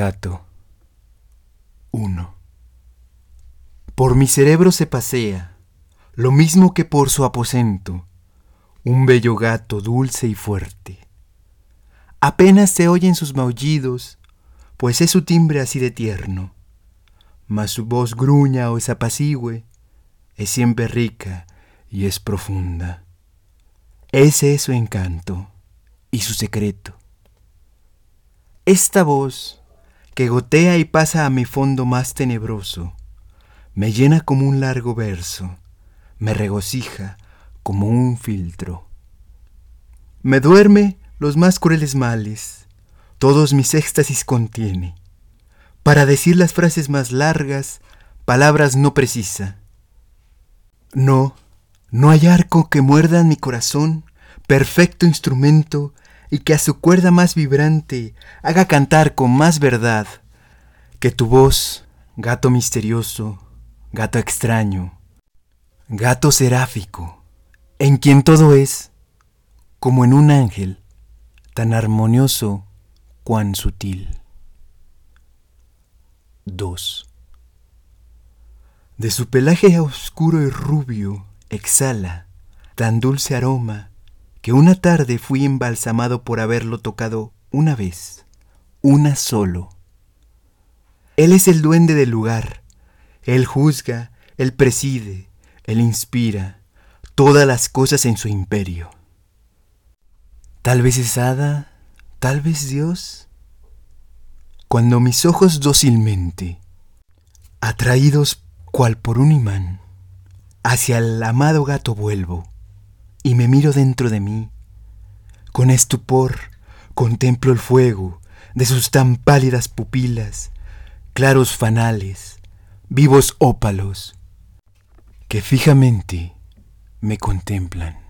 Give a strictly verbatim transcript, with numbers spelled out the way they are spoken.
gato. uno. Por mi cerebro se pasea, lo mismo que por su aposento, un bello gato dulce y fuerte. Apenas se oyen sus maullidos, pues es su timbre así de tierno, mas su voz gruña o es apacigüe, es siempre rica y es profunda. Ese es su encanto y su secreto. Esta voz, que gotea y pasa a mi fondo más tenebroso, me llena como un largo verso, me regocija como un filtro. Me duerme los más crueles males, todos mis éxtasis contiene. Para decir las frases más largas, palabras no precisa. No, no hay arco que muerda en mi corazón, perfecto instrumento, y que a su cuerda más vibrante haga cantar con más verdad que tu voz, gato misterioso, gato extraño, gato seráfico, en quien todo es como en un ángel, tan armonioso cuan sutil. dos. De su pelaje oscuro y rubio exhala tan dulce aroma que una tarde fui embalsamado por haberlo tocado una vez, una solo. Él es el duende del lugar, él juzga, él preside, él inspira todas las cosas en su imperio. Tal vez es hada, tal vez Dios. Cuando mis ojos dócilmente, atraídos cual por un imán, hacia el amado gato vuelvo, y me miro dentro de mí, con estupor contemplo el fuego de sus tan pálidas pupilas, claros fanales, vivos ópalos, que fijamente me contemplan.